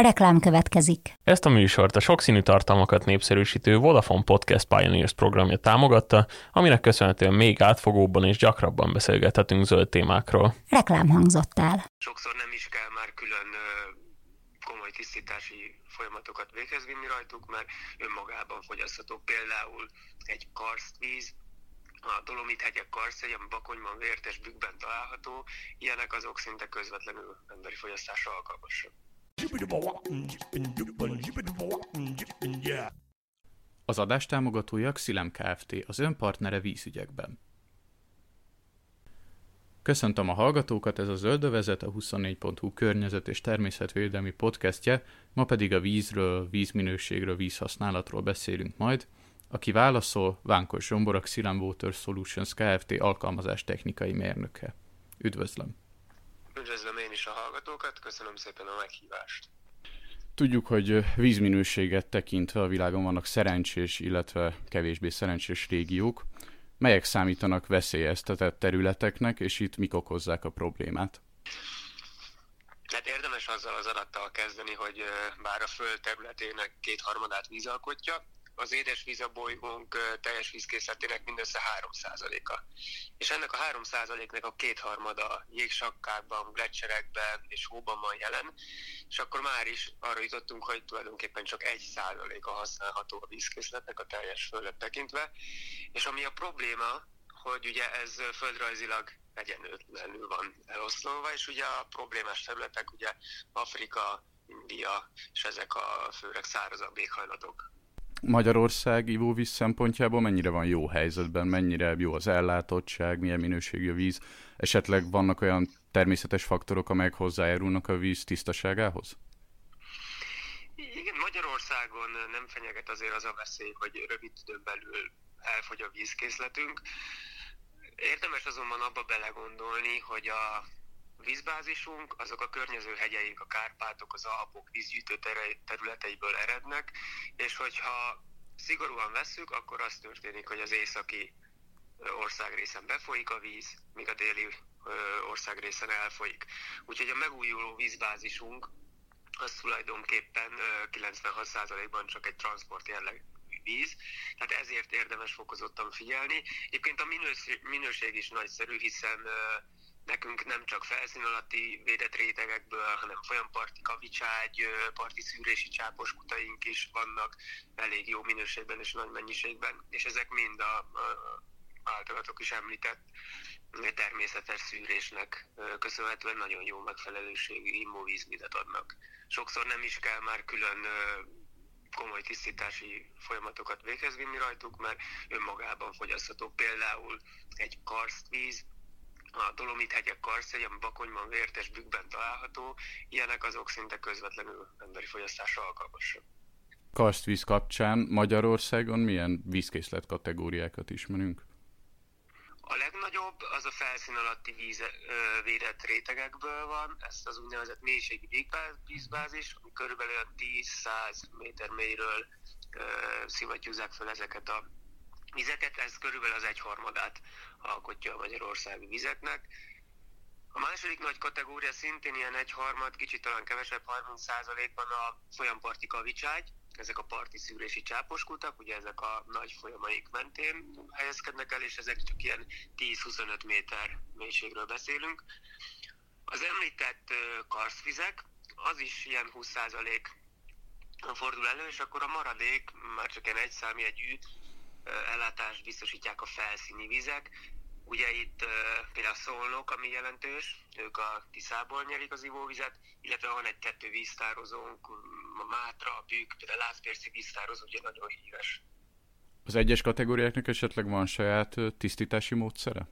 Reklám következik. Ezt a műsort a sokszínű tartalmakat népszerűsítő Vodafone Podcast Pioneers programja támogatta, aminek köszönhetően még átfogóbban és gyakrabban beszélgethetünk zöld témákról. Reklám hangzott el. Sokszor nem is kell már külön komoly tisztítási folyamatokat véghez vinni rajtuk, mert önmagában fogyasztható. Például egy karsztvíz, a Dolomit-hegyek karsztjegy, ami Bakonyban, Vértesbükkben található, ilyenek azok szinte közvetlenül emberi fogyasztásra alkalmasak. Az adás támogatója Xylem Kft., az önpartnere vízügyekben. Köszöntöm a hallgatókat, ez a Zöldövezet, a 24.hu környezet- és természetvédelmi podcastje, ma pedig a vízről, vízminőségről, vízhasználatról beszélünk majd. Aki válaszol, Vánkos Zsombor, a Xylem Water Solutions Kft. Alkalmazás technikai mérnöke. Üdvözlöm! Üdvözlöm én is a hallgatókat, köszönöm szépen a meghívást. Tudjuk, hogy vízminőséget tekintve a világon vannak szerencsés, illetve kevésbé szerencsés régiók. Melyek számítanak veszélyeztetett területeknek, és itt mik okozzák a problémát? Hát érdemes azzal az adattal kezdeni, hogy bár a Föld területének 2/3 víz alkotja, az édesvíz a bolygónk teljes vízkészletének mindössze 3%-a. És ennek a 3%-nek a 2/3 jégsakkákban, gleccserekben és hóban van jelen, és akkor már is arra jutottunk, hogy tulajdonképpen csak 1%-a használható a vízkészletnek a teljes Földet tekintve. És ami a probléma, hogy ugye ez földrajzilag egyenlőtlenül van eloszlva, és ugye a problémás területek ugye Afrika, India, és ezek a főleg szárazabb éghajlatok. Magyarország ivóvíz szempontjából mennyire van jó helyzetben, mennyire jó az ellátottság, milyen minőségű a víz? Esetleg vannak olyan természetes faktorok, amelyek hozzájárulnak a víz tisztaságához? Igen, Magyarországon nem fenyeget azért az a veszély, hogy rövid időn belül elfogy a vízkészletünk. Érdemes azonban abba belegondolni, hogy a vízbázisunk, azok a környező hegyeink, a Kárpátok, az Alpok vízgyűjtő területeiből erednek, és hogyha szigorúan vesszük, akkor az történik, hogy az északi országrészen befolyik a víz, míg a déli országrészen elfolyik. Úgyhogy a megújuló vízbázisunk az tulajdonképpen 96%-ban csak egy transport jellegű víz, tehát ezért érdemes fokozottan figyelni. Egyébként a minőség is nagyszerű, hiszen nekünk nem csak felszín alatti védett rétegekből, hanem folyamparti kavicságy, parti szűrési csápos kutaink is vannak elég jó minőségben és nagy mennyiségben, és ezek mind a általatok is említett természetes szűrésnek köszönhetően nagyon jó megfelelőségű ivóvízvizet adnak. Sokszor nem is kell már külön komoly tisztítási folyamatokat véghez vinni rajtuk, mert önmagában fogyasztható. Például egy karsztvíz, a Dolomit-hegyek karsztjegy, ami Bakonyban, Vértesbükkben található, ilyenek azok szinte közvetlenül emberi fogyasztásra alkalmasak. Karsztvíz kapcsán Magyarországon milyen vízkészlet kategóriákat ismerünk? A legnagyobb az a felszín alatti védett rétegekből van, ezt az úgynevezett mélységi vízbázis, ami körülbelül 10-100 méter mélyről szivattyúzzák fel ezeket a vizeket, ez körülbelül az 1/3 alkotja a magyarországi vizeknek. A második nagy kategória szintén ilyen 1/3, kicsit talán kevesebb, 30%-ban a folyamparti kavicságy, ezek a parti szűrési csáposkutak, ugye ezek a nagy folyamaik mentén helyezkednek el, és ezek csak ilyen 10-25 méter mélységről beszélünk. Az említett karsztvizek, az is ilyen 20% fordul elő, és akkor a maradék, már csak ilyen egyszámjegyű ellátást biztosítják a felszíni vizek. Ugye itt például Szolnok, ami jelentős, ők a Tiszából nyerik az ivóvizet, illetve van egy-kettő víztározónk, a Mátra, a Bükk, például a Lászpérci víztározó, ugye nagyon híres. Az egyes kategóriáknak esetleg van saját tisztítási módszere?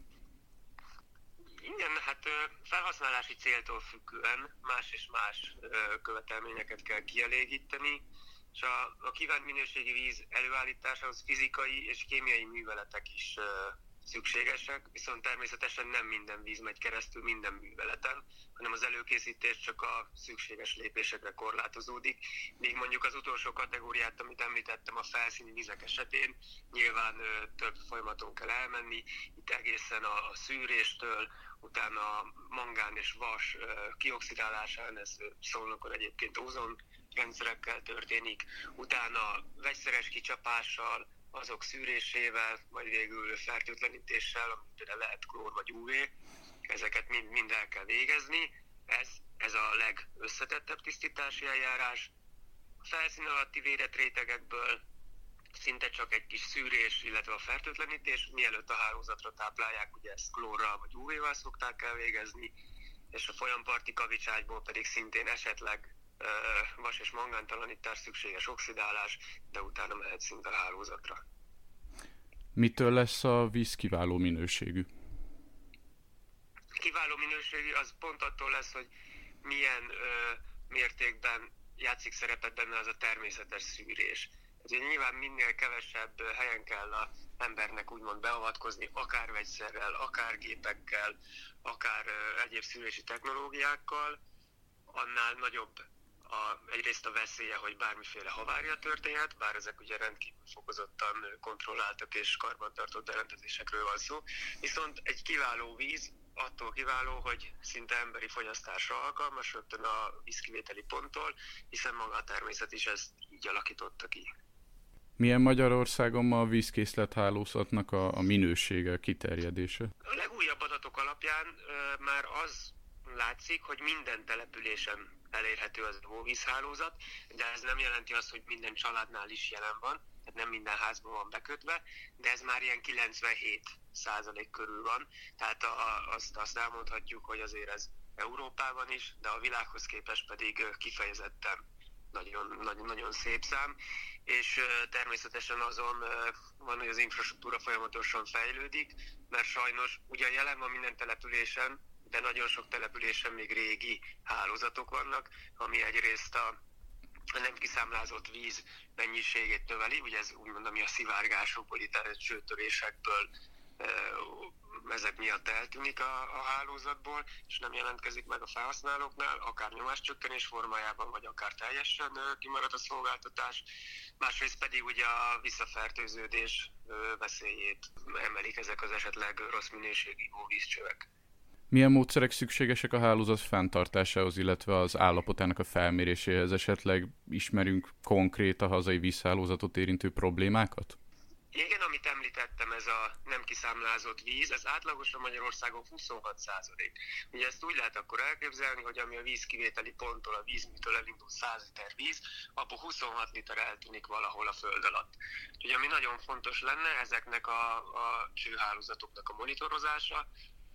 Igen, hát felhasználási céltól függően más és más követelményeket kell kielégíteni, és a kívánt minőségi víz előállításához fizikai és kémiai műveletek is szükségesek, viszont természetesen nem minden víz megy keresztül minden műveleten, hanem az előkészítés csak a szükséges lépésekre korlátozódik, míg mondjuk az utolsó kategóriát, amit említettem, a felszíni vizek esetén nyilván több folyamaton kell elmenni, itt egészen a szűréstől, utána a mangán és vas kioxidálásán, ez Szolnokon egyébként ózon rendszerekkel történik, utána vegyszeres kicsapással, azok szűrésével, majd végül fertőtlenítéssel, amit például lehet klór vagy UV, ezeket mind el kell végezni. Ez a legösszetettebb tisztítási eljárás. A felszín alatti védett rétegekből szinte csak egy kis szűrés, illetve a fertőtlenítés, mielőtt a hálózatra táplálják, ugye ezt klórral vagy UV-vel szokták elvégezni, és a folyamparti kavicságyból pedig szintén esetleg vas- és mangántalanítás, szükséges oxidálás, de utána mehet szinte a hálózatra. Mitől lesz a víz kiváló minőségű? Kiváló minőségű az pont attól lesz, hogy milyen mértékben játszik szerepet benne az a természetes szűrés. Ugye nyilván minél kevesebb helyen kell az embernek úgymond beavatkozni, akár vegyszerrel, akár gépekkel, akár egyéb szűrési technológiákkal, annál nagyobb egyrészt a veszélye, hogy bármiféle havária történhet, bár ezek ugye rendkívül fokozottan kontrolláltak és karbantartott berendezésekről van szó. Viszont egy kiváló víz attól kiváló, hogy szinte emberi fogyasztásra alkalmas rögtön a vízkivételi ponttól, hiszen maga a természet is ezt így alakította ki. Milyen Magyarországon ma a vízkészlethálózatnak a minősége, kiterjedése? A legújabb adatok alapján már az látszik, hogy minden településen elérhető az ivóvízhálózat, de ez nem jelenti azt, hogy minden családnál is jelen van, tehát nem minden házban van bekötve, de ez már ilyen 97% körül van, tehát azt elmondhatjuk, hogy azért ez Európában is, de a világhoz képest pedig kifejezetten nagyon szép szám, és természetesen azon van, hogy az infrastruktúra folyamatosan fejlődik, mert sajnos ugyan jelen van minden településen, de nagyon sok településen még régi hálózatok vannak, ami egyrészt a nem kiszámlázott víz mennyiségét növeli, ugye ez úgymond ami a szivárgásokból, itt csőtörésekből ezek miatt eltűnik a hálózatból, és nem jelentkezik meg a felhasználóknál, akár nyomáscsökkenés formájában, vagy akár teljesen kimarad a szolgáltatás. Másrészt pedig ugye a visszafertőződés veszélyét emelik ezek az esetleg rossz minőségű ivóvízcsövek. Milyen módszerek szükségesek a hálózat fenntartásához, illetve az állapotának a felméréséhez? Esetleg ismerünk konkrét a hazai vízhálózatot érintő problémákat? Igen, amit említettem, ez a nem kiszámlázott víz, ez átlagosan Magyarországon 26%. Ugye ezt úgy lehet akkor elképzelni, hogy ami a vízkivételi ponttól, a vízműtől elindul 100 liter víz, abból 26 liter eltűnik valahol a föld alatt. Ugye ami nagyon fontos lenne, ezeknek a csőhálózatoknak a monitorozása,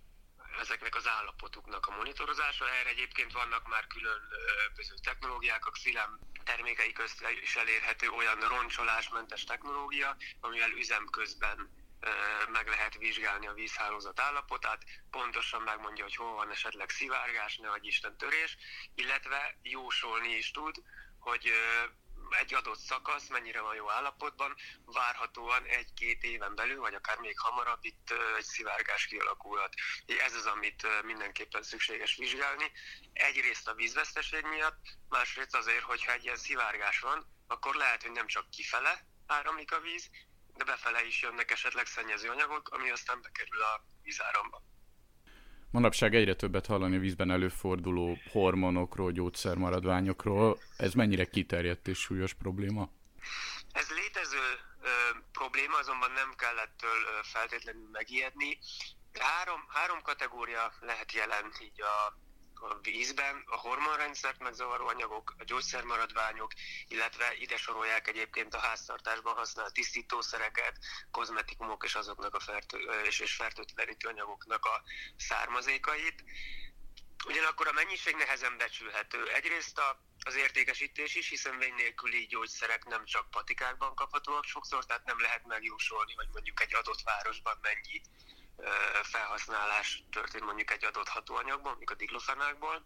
ezeknek az állapotuknak a monitorozása. Erre egyébként vannak már különböző technológiák, a Xylem termékei közt is elérhető olyan roncsolásmentes technológia, amivel üzemközben meg lehet vizsgálni a vízhálózat állapotát, pontosan megmondja, hogy hol van esetleg szivárgás, ne adj Isten törés, illetve jósolni is tud, hogy egy adott szakasz mennyire van jó állapotban, várhatóan 1-2 éven belül, vagy akár még hamarabb itt egy szivárgás kialakulhat. Ez az, amit mindenképpen szükséges vizsgálni. Egyrészt a vízveszteség miatt, másrészt azért, hogyha egy ilyen szivárgás van, akkor lehet, hogy nem csak kifele áramlik a víz, de befele is jönnek esetleg szennyező anyagok, ami aztán bekerül a vízáramba. Manapság egyre többet hallani a vízben előforduló hormonokról, gyógyszermaradványokról. Ez mennyire kiterjedt és súlyos probléma? Ez létező probléma, azonban nem kell ettől feltétlenül megijedni. Három kategória lehet jelen így a vízben, a hormonrendszert megzavaró anyagok, a gyógyszermaradványok, illetve ide sorolják egyébként a háztartásban használt tisztítószereket, kozmetikumok és azoknak és fertőtlenítő anyagoknak a származékait. Ugyanakkor a mennyiség nehezen becsülhető. Egyrészt az értékesítés is, hiszen vény nélküli gyógyszerek nem csak patikákban kaphatóak sokszor, tehát nem lehet megjósolni, hogy mondjuk egy adott városban mennyi felhasználás történt mondjuk egy adott hatóanyagból, mondjuk a diklofenákból.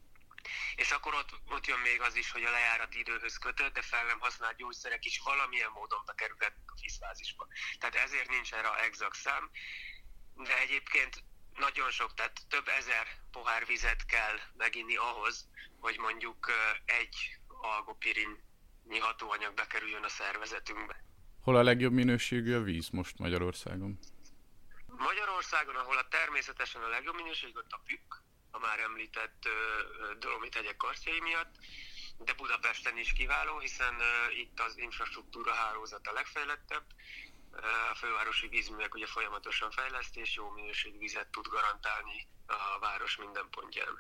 És akkor ott jön még az is, hogy a lejárati időhöz kötött, de fel nem használt gyógyszerek is valamilyen módon bekerülhetnek a vízfázisba. Tehát ezért nincs erre exakt szám, de egyébként nagyon sok, tehát több ezer pohár vizet kell meginni ahhoz, hogy mondjuk egy algopirinnyi hatóanyag bekerüljön a szervezetünkbe. Hol a legjobb minőségű a víz most Magyarországon? Magyarországon, ahol természetesen a legjobb minőség, ott a Bükk, a már említett Dolomit hegyek karsztjai miatt, de Budapesten is kiváló, hiszen itt az infrastruktúra hálózat a legfejlettebb, a fővárosi vízművek ugye folyamatosan fejleszti, és jó minőségű vizet tud garantálni a város minden pontján.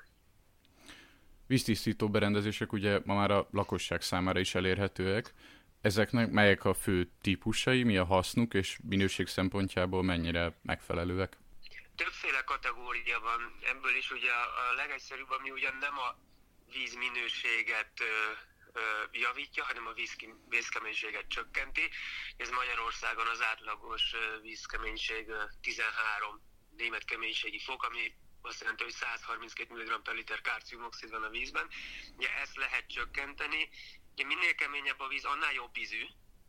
Víztisztító berendezések ugye ma már a lakosság számára is elérhetőek. Ezeknek melyek a fő típusai, mi a hasznuk, és minőség szempontjából mennyire megfelelőek? Többféle kategória van, ebből is ugye a legegyszerűbb, ami ugyan nem a vízminőséget javítja, hanem a vízkeménységet csökkenti. Ez Magyarországon az átlagos vízkeménység 13 német keménységi fok, ami azt jelenti, hogy 132 mg per liter kalciumoxid van a vízben. Ugye ezt lehet csökkenteni. Ugye minél keményebb a víz, annál jobb ízű,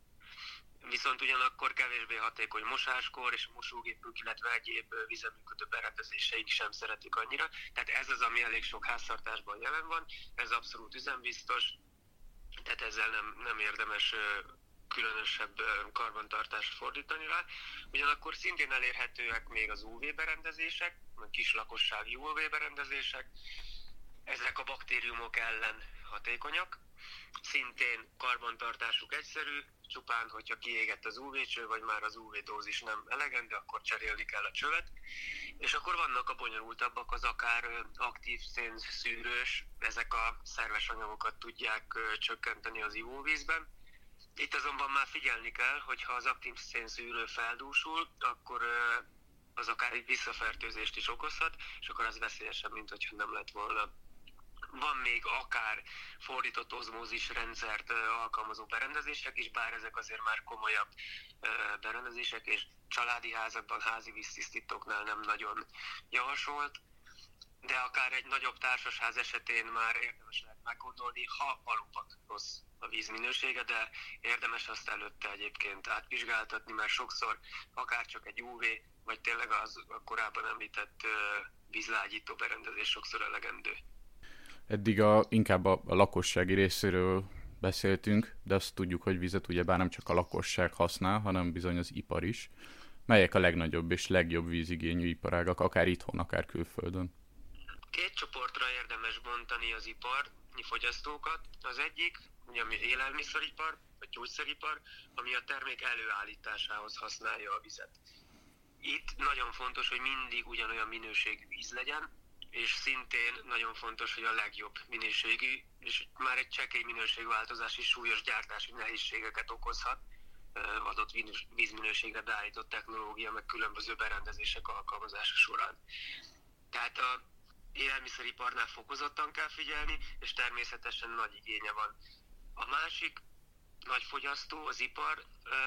viszont ugyanakkor kevésbé hatékony mosáskor, és a mosógépünk, illetve egyéb vízen működő berendezéseink sem szeretik annyira. Tehát ez az, ami elég sok háztartásban jelen van, ez abszolút üzembiztos, tehát ezzel nem érdemes különösebb karbantartást fordítani rá. Ugyanakkor szintén elérhetőek még az UV berendezések, a kis lakossági UV berendezések, ezek a baktériumok ellen hatékonyak, szintén karbantartásuk egyszerű, csupán, hogyha kiégett az UV-cső, vagy már az UV-dózis nem elegendő, akkor cserélni kell a csövet. És akkor vannak a bonyolultabbak, az akár aktív szénszűrős, ezek a szerves anyagokat tudják csökkenteni az ivóvízben. Itt azonban már figyelni kell, hogy ha az aktív szénszűrő feldúsul, akkor az akár egy visszafertőzést is okozhat, és akkor az veszélyesebb, mint hogyha nem lett volna. Van még akár fordított ozmózis rendszert alkalmazó berendezések is, bár ezek azért már komolyabb berendezések, és családi házakban, házi víztisztítóknál nem nagyon javasolt, de akár egy nagyobb társasház esetén már érdemes lehet meggondolni, ha valóban rossz a vízminősége, de érdemes azt előtte egyébként átvizsgáltatni, mert sokszor akár csak egy UV, vagy tényleg az a korábban említett vízlágyító berendezés sokszor elegendő. Eddig inkább a lakossági részéről beszéltünk, de azt tudjuk, hogy vizet ugyebár nem csak a lakosság használ, hanem bizony az ipar is. Melyek a legnagyobb és legjobb vízigényű iparágak, akár itthon, akár külföldön? Két csoportra érdemes bontani az ipari fogyasztókat. Az egyik, ugye, ami élelmiszeripar, vagy gyógyszeripar, ami a termék előállításához használja a vizet. Itt nagyon fontos, hogy mindig ugyanolyan minőségű víz legyen, és szintén nagyon fontos, hogy a legjobb minőségű, és már egy csekély minőségváltozás is súlyos gyártási nehézségeket okozhat adott vízminőségre beállított technológia, meg különböző berendezések alkalmazása során. Tehát a élelmiszeriparnál fokozottan kell figyelni, és természetesen nagy igénye van. A másik nagy fogyasztó, az ipar,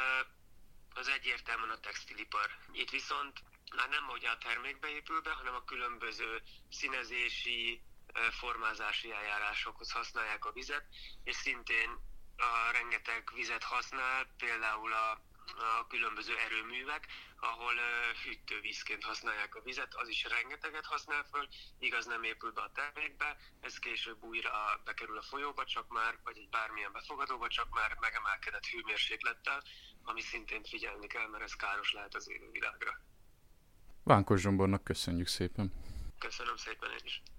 az egyértelműen a textilipar. Itt viszont már nem ugye a termékbe épül be, hanem a különböző színezési, formázási eljárásokhoz használják a vizet, és szintén rengeteg vizet használ, például a különböző erőművek, ahol hűtővízként használják a vizet, az is rengeteget használ föl, igaz nem épül be a termékbe, ez később újra bekerül a folyóba, csak már, vagy egy bármilyen befogadóba, csak már megemelkedett hőmérséklettel, ami szintén figyelni kell, mert ez káros lehet az élővilágra. Vánkos Zsombornak köszönjük szépen! Köszönöm szépen én is!